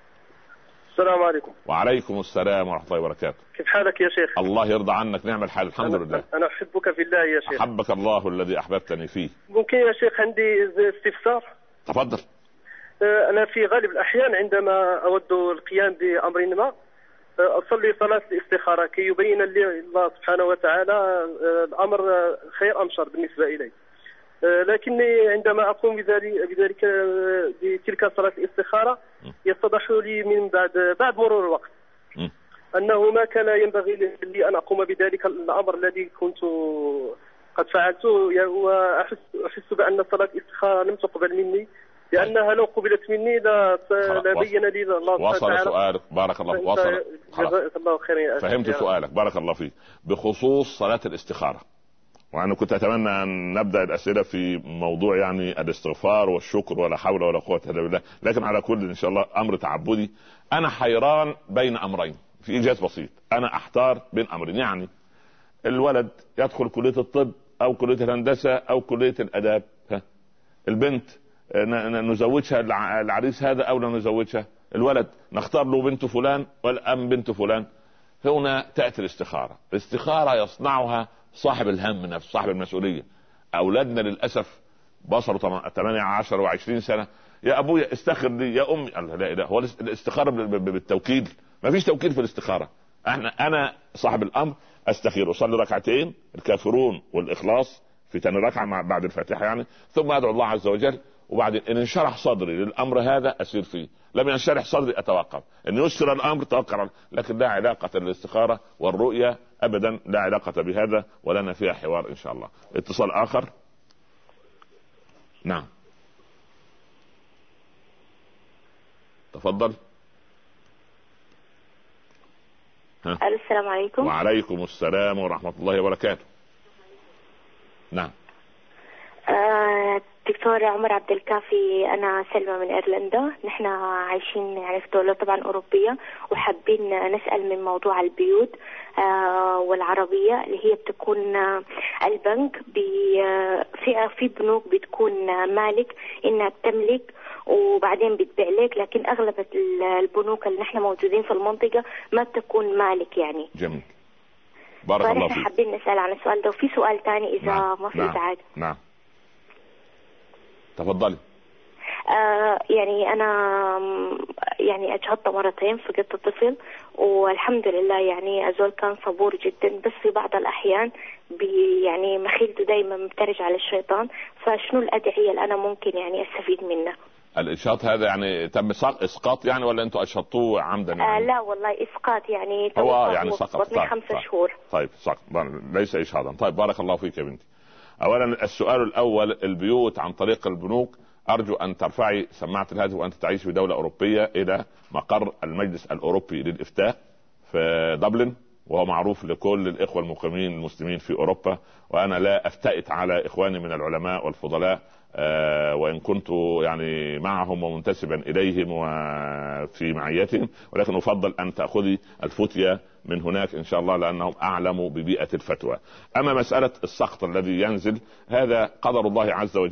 السلام عليكم. وعليكم السلام ورحمة الله وبركاته. كيف حالك يا شيخ؟ الله يرضى عنك، نعم الحال، الحمد أنا لله. أنا أحبك في الله يا شيخ. أحبك الله الذي أحببتني فيه. ممكن يا شيخ عندي استفسار؟ تفضل. أنا في غالب الأحيان عندما أود القيام بأمر ما أصلي صلاة الاستخارة كي يبين لي الله سبحانه وتعالى الأمر خير أم شر بالنسبة إلي، لكني عندما أقوم بذلك بذلك بتلك صلاة الاستخارة يتضح لي من بعد بعد مرور الوقت أنه ما كان ينبغي لي أن أقوم بذلك الأمر الذي كنت قد فعلته، وأحس أحس بأن صلاة الاستخارة لم تقبل مني، لأنها لو قبلت مني لا بين لي الله. وصل سؤالك، بارك الله. وصل. الله خير. فهمت سؤالك، بارك الله فيك. بخصوص صلاة الاستخارة، وأنا كنت أتمنى أن نبدأ الأسئلة في موضوع يعني الاستغفار والشكر ولا حول ولا قوة إلا بالله، لكن على كل إن شاء الله أمر تعبدي. أنا حيران بين أمرين في إيجاز بسيط. أنا أحتار بين أمرين، يعني الولد يدخل كلية الطب أو كلية الهندسة أو كلية الآداب، البنت نزوجها العريس هذا أو لا نزوجها، الولد نختار له بنت فلان والأم بنت فلان. هنا تأتي الاستخارة. الاستخارة يصنعها صاحب الهم نفسه، صاحب المسؤولية. أولادنا للأسف بصروا ثمانية عشر وعشرين سنة: يا أبويا استخر لي، يا أمي. الله لا إله. هو الاستخارة بالتوكيل؟ ما فيش توكيل في الاستخارة. احنا أنا صاحب الأمر أستخير، أصلي ركعتين الكافرون والإخلاص في تاني ركعة بعد الفاتحة يعني، ثم أدعو الله عز وجل، وبعدين إن انشرح صدري للأمر هذا أسير فيه، لم ينشرح صدري أتوقف، إن يسر الأمر توقف. لكن لا علاقة للاستخارة والرؤية أبدا، لا علاقة بهذا، ولنا فيها حوار إن شاء الله. اتصال آخر. نعم تفضل. ها. السلام عليكم. وعليكم السلام ورحمة الله وبركاته. نعم. آه دكتور عمر عبد الكافي، أنا سلمى من إيرلندا. نحن عايشين يعني في دولة طبعا أوروبية، وحابين نسأل من موضوع البيوت آه والعربية اللي هي بتكون آه البنك في في بنوك بتكون آه مالك إنها تملك وبعدين بتبيع لك، لكن أغلب البنوك اللي نحن موجودين في المنطقة ما بتكون مالك يعني. جميل، بارك الله فيك. حابين نسأل عن السؤال ده، وفي سؤال تاني إذا نعم. ما في نعم. إزعاج. نعم تفضلي. آه يعني أنا يعني أجهضت مرتين، فقدت طفل، والحمد لله يعني أزول كان صبور جدا، بس في بعض الأحيان بي يعني مخيلته دايما بترجع على الشيطان. فشنو الأدعية اللي أنا ممكن يعني أستفيد منها؟ الإشهاط هذا يعني تم إسقاط يعني، ولا أنتوا أشهطوه عمدا يعني؟ آه لا والله إسقاط يعني. هو يعني سقط. طيب. خمسة طيب. شهور. طيب سقط ليس إشهاطا. طيب بارك الله فيك يا بنتي. أولا السؤال الأول، البيوت عن طريق البنوك، أرجو أن ترفعي سماعة الهاتف وأنت تعيش في دولة أوروبية إلى مقر المجلس الأوروبي للإفتاء في دبلن، وهو معروف لكل الإخوة المقيمين المسلمين في أوروبا. وأنا لا أفتئت على إخواني من العلماء والفضلاء آه وإن كنت يعني معهم ومنتسبا إليهم وفي معيتهم، ولكن أفضل أن تأخذي الفتية من هناك إن شاء الله، لأنهم أعلموا ببيئة الفتوى. أما مسألة السقط الذي ينزل، هذا قدر الله عز وجل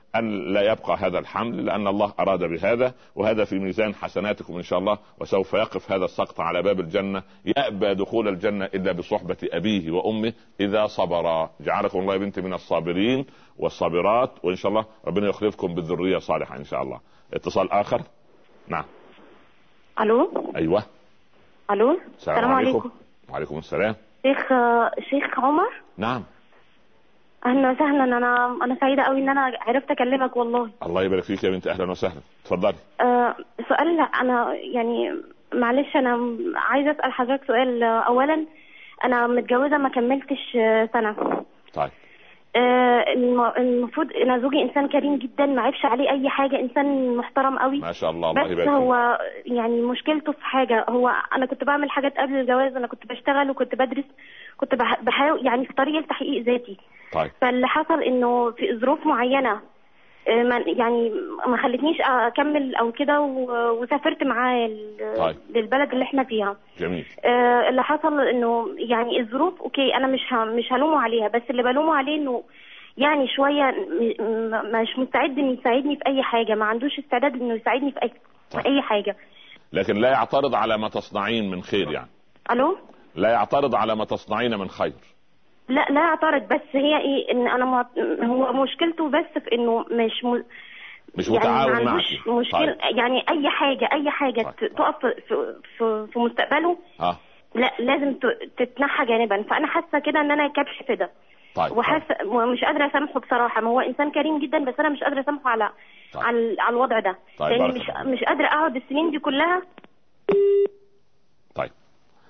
أن لا يبقى هذا الحمل، لأن الله أراد بهذا، وهذا في ميزان حسناتكم إن شاء الله. وسوف يقف هذا السقط على باب الجنة، يأبى دخول الجنة إلا بصحبة أبيه وأمه إذا صبرا. جعلكم الله يا بنتي من الصابرين والصابرات، وإن شاء الله ربنا يخلفكم بالذرية صالحة إن شاء الله. اتصال آخر. نعم. الو. ايوه. الو. السلام عليكم. وعليكم السلام. شيخ شيخ عمر. نعم. اهلا وسهلا. انا انا سعيده قوي ان انا عرفت اكلمك والله. الله يبارك فيك يا بنت، اهلا وسهلا، اتفضلي. أه سؤال، انا يعني معلش انا عايزه اسال حضرتك سؤال. اولا انا متجوزه ما كملتش سنه. طيب. أه المفروض انا زوجي انسان كريم جدا، ما عيبش عليه اي حاجه، انسان محترم قوي ما شاء الله. الله يبارك فيك. بس هو يعني مشكلته في حاجه، هو انا كنت بعمل حاجات قبل الجواز، انا كنت بشتغل وكنت بدرس، كنت بحاول يعني في طريق لتحقيق ذاتي. طيب. فاللي حصل انه في ظروف معينه يعني ما خلتنيش اكمل او كده، وسافرت معاه طيب. للبلد اللي احنا فيها. جميل. اللي حصل انه يعني الظروف اوكي، انا مش مش هلومه عليها، بس اللي بلومه عليه انه يعني شويه مش مستعد انه يساعدني في اي حاجه، ما عندوش استعداد انه يساعدني في اي طيب. في اي حاجه. لكن لا يعترض على ما تصنعين من خير يعني. الو. لا يعترض على ما تصنعين من خير. لا لا يعترض، بس هي ايه ان انا مع... هو مشكلته بس في انه مش م... مش متعاون يعني معك. مشكلة طيب. يعني اي حاجه اي حاجه طيب. تقف في في, في مستقبله اه لا لازم تتنحى جانبا. فانا حاسه كده ان انا كبش كده. طيب. وحاسه طيب. مش قادره اسامحه بصراحه، ما هو انسان كريم جدا، بس انا مش قادره اسامحه على طيب. على على الوضع ده. طيب. لاني مش الله. مش قادره اقعد السنين دي كلها. طيب.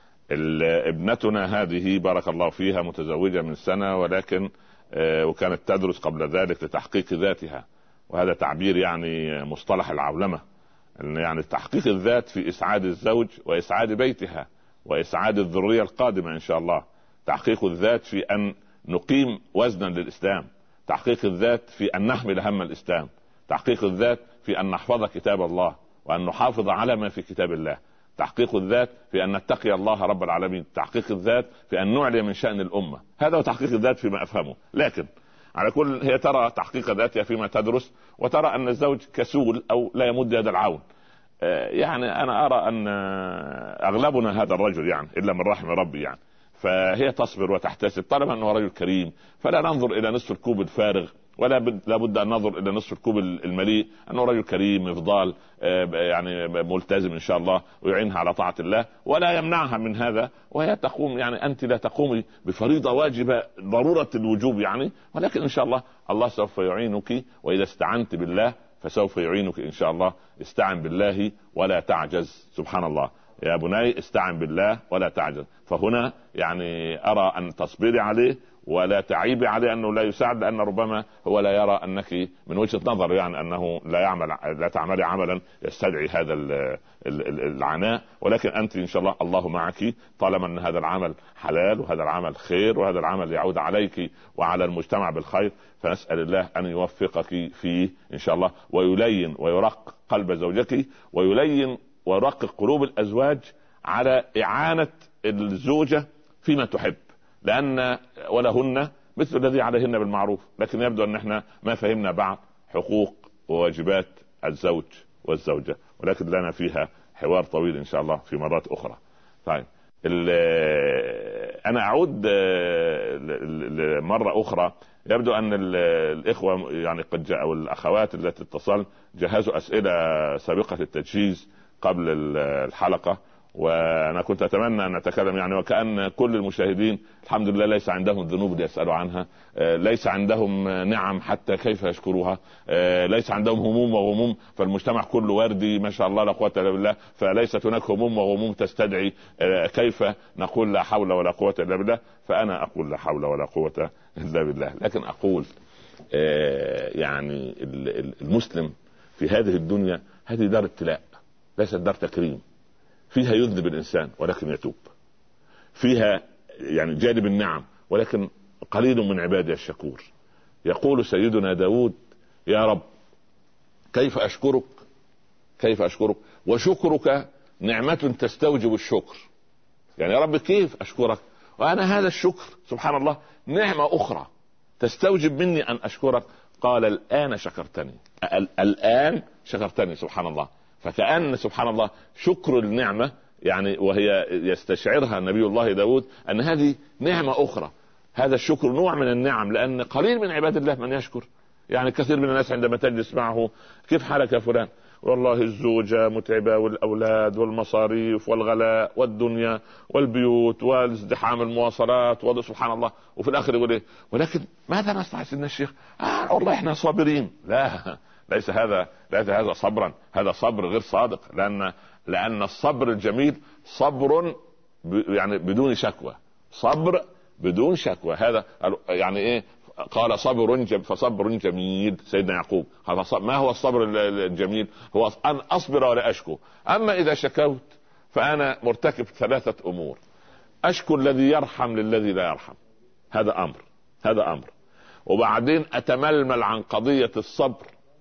ابنتنا هذه بارك الله فيها متزوجة من سنة، ولكن وكانت تدرس قبل ذلك لتحقيق ذاتها، وهذا تعبير يعني مصطلح العولمة، يعني تحقيق الذات في إسعاد الزوج وإسعاد بيتها وإسعاد الذرية القادمة إن شاء الله. تحقيق الذات في أن نقيم وزنا للإسلام، تحقيق الذات في أن نحمل هم الإسلام، تحقيق الذات في أن نحفظ كتاب الله وأن نحافظ على ما في كتاب الله، تحقيق الذات في أن نتقي الله رب العالمين، تحقيق الذات في أن نعلي من شأن الأمة. هذا هو تحقيق الذات فيما أفهمه. لكن على كل هي ترى تحقيق ذاتها فيما تدرس، وترى أن الزوج كسول أو لا يمد يد العون. يعني أنا أرى أن أغلبنا هذا الرجل يعني إلا من رحم ربي يعني، فهي تصبر وتحتسب طالما أنه رجل كريم. فلا ننظر إلى نصف الكوب الفارغ، ولا لابد أن ننظر إلى نصف الكوب المليء، أنه رجل كريم مفضال يعني ملتزم إن شاء الله ويعينها على طاعة الله ولا يمنعها من هذا. وهي تقوم يعني أنت لا تقومي بفريضة واجبة ضرورة الوجوب يعني، ولكن إن شاء الله الله سوف يعينك، وإذا استعنت بالله فسوف يعينك إن شاء الله. استعن بالله ولا تعجز. سبحان الله يا بني، استعن بالله ولا تعجز. فهنا يعني أرى أن تصبري عليه ولا تعيبي عليه أنه لا يساعد، لأن ربما هو لا يرى أنك من وجهة نظر يعني أنه لا يعمل لا تعملي عملا يستدعي هذا العناء، ولكن أنت إن شاء الله الله معك طالما أن هذا العمل حلال وهذا العمل خير وهذا العمل يعود عليك وعلى المجتمع بالخير. فنسأل الله أن يوفقك فيه إن شاء الله، ويلين ويرق قلب زوجك، ويلين ويرقق قلوب الأزواج على إعانة الزوجة فيما تحب، لأن ولهن مثل الذي عليهن بالمعروف. لكن يبدو أن احنا ما فهمنا بعض حقوق وواجبات الزوج والزوجة، ولكن لنا فيها حوار طويل إن شاء الله في مرات أخرى. طيب أنا أعود مرة أخرى. يبدو أن الإخوة يعني قد جاءوا الأخوات التي اتصل جهزوا أسئلة سابقة التجهيز قبل الحلقة، وانا كنت اتمنى ان اتكلم يعني وكأن كل المشاهدين الحمد لله ليس عندهم ذنوب ليسألوا عنها، ليس عندهم نعم حتى كيف يشكروها، ليس عندهم هموم وغموم، فالمجتمع كله وردي ما شاء الله لا قوة الا بالله، فليست هناك هموم وغموم تستدعي كيف نقول لا حول ولا قوة الا بالله. فانا اقول لا حول ولا قوة الا بالله، لكن اقول يعني المسلم في هذه الدنيا هذه دار ابتلاء ليست دار تكريم، فيها يذنب الإنسان ولكن يتوب، فيها يعني جانب النعم ولكن قليل من عبادي الشكور. يقول سيدنا داود يا رب كيف أشكرك كيف أشكرك وشكرك نعمة تستوجب الشكر. يعني يا رب كيف أشكرك وأنا هذا الشكر سبحان الله نعمة أخرى تستوجب مني أن أشكرك. قال الآن شكرتني، الآن شكرتني. سبحان الله. فكأن سبحان الله شكر النعمة يعني، وهي يستشعرها نبي الله داود أن هذه نعمة أخرى. هذا الشكر نوع من النعم، لأن قليل من عباد الله من يشكر. يعني كثير من الناس عندما تجلس معه كيف حالك يا فلان، والله الزوجة متعبة والأولاد والمصاريف والغلاء والدنيا والبيوت والازدحام المواصلات، سبحان الله. وفي الآخر يقول إيه؟ ولكن ماذا نصنع سيدنا الشيخ؟ آه والله إحنا صابرين. لا، ليس هذا ليس هذا صبرا، هذا صبر غير صادق. لأن لأن الصبر الجميل صبر يعني بدون شكوى، صبر بدون شكوى. هذا يعني إيه؟ قال صبر جم فصبر جميل سيدنا يعقوب. ما هو الصبر الجميل؟ هو أن أصبر ولا أشكو. أما إذا شكوت فأنا مرتكب ثلاثة أمور: أشكو الذي يرحم للذي لا يرحم، هذا أمر هذا أمر وبعدين أتململ عن قضية الصبر،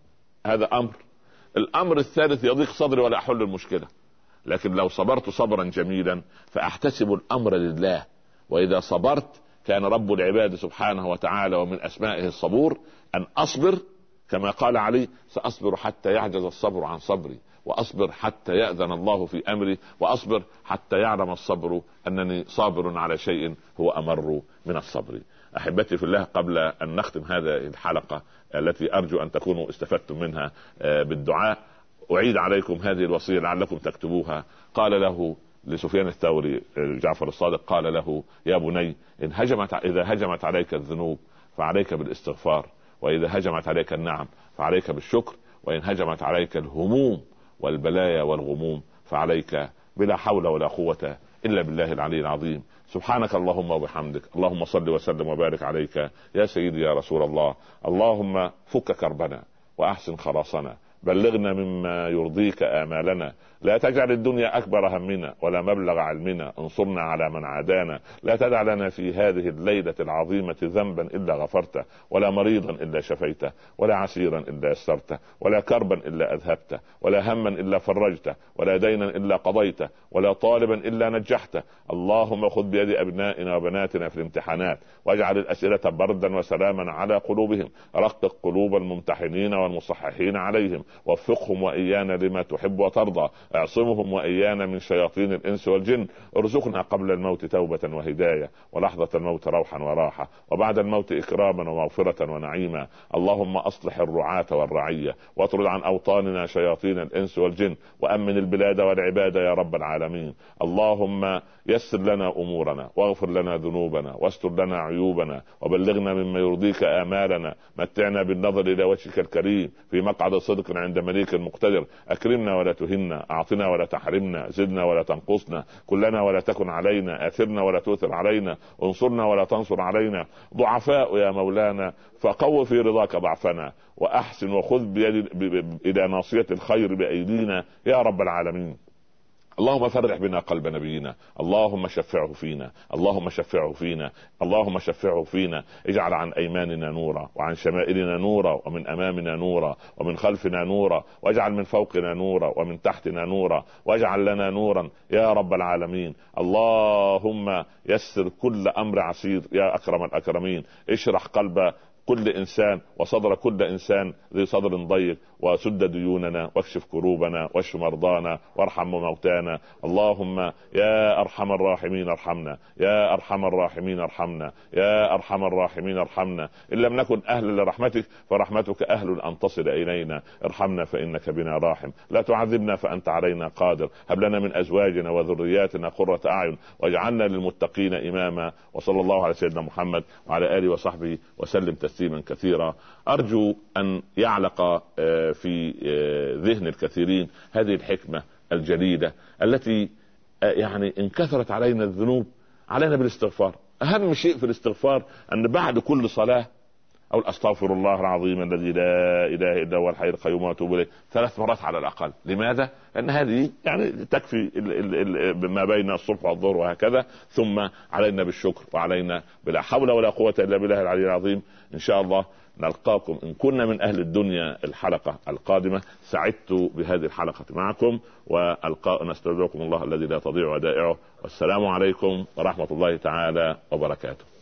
هذا أمر. الأمر الثالث يضيق صدري ولا أحل المشكلة. لكن لو صبرت صبرا جميلا فأحتسب الأمر لله، وإذا صبرت كان رب العباد سبحانه وتعالى ومن أسمائه الصبور، أن أصبر كما قال علي: سأصبر حتى يعجز الصبر عن صبري، وأصبر حتى يأذن الله في أمري، وأصبر حتى يعلم الصبر أنني صابر على شيء هو أمر من الصبر. أحبتي في الله، قبل أن نختم هذه الحلقة التي أرجو أن تكونوا استفدتم منها بالدعاء، أعيد عليكم هذه الوصية لعلكم تكتبوها. قال له لسفيان الثوري جعفر الصادق، قال له: يا بني، إن هجمت إذا هجمت عليك الذنوب فعليك بالاستغفار، وإذا هجمت عليك النعم فعليك بالشكر، وإن هجمت عليك الهموم والبلايا والغموم فعليك بلا حول ولا قوة إلا بالله العلي العظيم. سبحانك اللهم وبحمدك، اللهم صل وسلم وبارك عليك يا سيدي يا رسول الله. اللهم فك كربنا وأحسن خلاصنا، بلغنا مما يرضيك آمالنا، لا تجعل الدنيا أكبر همنا ولا مبلغ علمنا، انصرنا على من عادانا، لا تدع لنا في هذه الليلة العظيمة ذنبا إلا غفرته، ولا مريضا إلا شفيته، ولا عسيرا إلا يسرته، ولا كربا إلا أذهبته، ولا هما إلا فرجته، ولا دينا إلا قضيته، ولا طالبا إلا نجحته. اللهم خذ بيد أبنائنا وبناتنا في الامتحانات، واجعل الأسئلة بردا وسلاما على قلوبهم، رقق قلوب الممتحنين والمصححين عليهم، وفقهم وإيانا لما تحب وترضى، اعصمهم وإيانا من شياطين الإنس والجن، ارزقنا قبل الموت توبة وهداية، ولحظة الموت روحا وراحة، وبعد الموت إكراما ومغفرة ونعيما. اللهم أصلح الرعاة والرعية، واطرد عن أوطاننا شياطين الإنس والجن، وأمن البلاد والعباد يا رب العالمين. اللهم يسر لنا أمورنا، واغفر لنا ذنوبنا، واستر لنا عيوبنا، وبلغنا مما يرضيك آمالنا. متعنا بالنظر إلى وجهك الكريم في مقعد صدق عند مليك مقتدر. أكرمنا ولا تهنا، أعطنا ولا تحرمنا، زدنا ولا تنقصنا، كلنا ولا تكن علينا، آثرنا ولا تؤثر علينا، انصرنا ولا تنصر علينا. ضعفاء يا مولانا، فقو في رضاك ضعفنا، وأحسن وخذ بيد إلى ناصية الخير بأيدينا يا رب العالمين. اللهم فرح بنا قلب نبينا، اللهم شفعه فينا، اللهم شفعه فينا، اللهم شفعه فينا. اجعل عن أيماننا نورا، وعن شمائلنا نورا، ومن أمامنا نورا، ومن خلفنا نورا، واجعل من فوقنا نورا، ومن تحتنا نورا، واجعل لنا نورا يا رب العالمين. اللهم يسر كل أمر عسير يا أكرم الأكرمين. اشرح قلب كل إنسان وصدر كل إنسان ذي صدر ضيق، وسد ديوننا، واكشف كروبنا، واشف مرضانا، وارحم موتانا. اللهم يا أرحم الراحمين ارحمنا، يا أرحم الراحمين ارحمنا، يا أرحم الراحمين ارحمنا. إن لم نكن أهلا لرحمتك فرحمتك أهل أن تصل إلينا. ارحمنا فإنك بنا راحم، لا تعذبنا فأنت علينا قادر. هب لنا من أزواجنا وذرياتنا قرة أعين، واجعلنا للمتقين إماما. وصلى الله على سيدنا محمد وعلى آله وصحبه وسلم تسليما كثيرا. أرجو أن يعلق في ذهن الكثيرين هذه الحكمة الجليلة التي يعني إن كثرت علينا الذنوب علينا بالاستغفار. أهم شيء في الاستغفار أن بعد كل صلاة أو أستغفر الله العظيم الذي لا إله إلا هو الحي القيوم وأتوب إليه ثلاث مرات على الأقل. لماذا؟ لأن هذه يعني تكفي ما بين الصبح والظهر وهكذا. ثم علينا بالشكر، وعلينا بلا حول ولا قوة إلا بالله العلي العظيم. إن شاء الله نلقاكم إن كنا من أهل الدنيا الحلقة القادمة. سعدت بهذه الحلقة معكم، وألقاء نستودعكم الله الذي لا تضيع ودائعه. والسلام عليكم ورحمة الله تعالى وبركاته.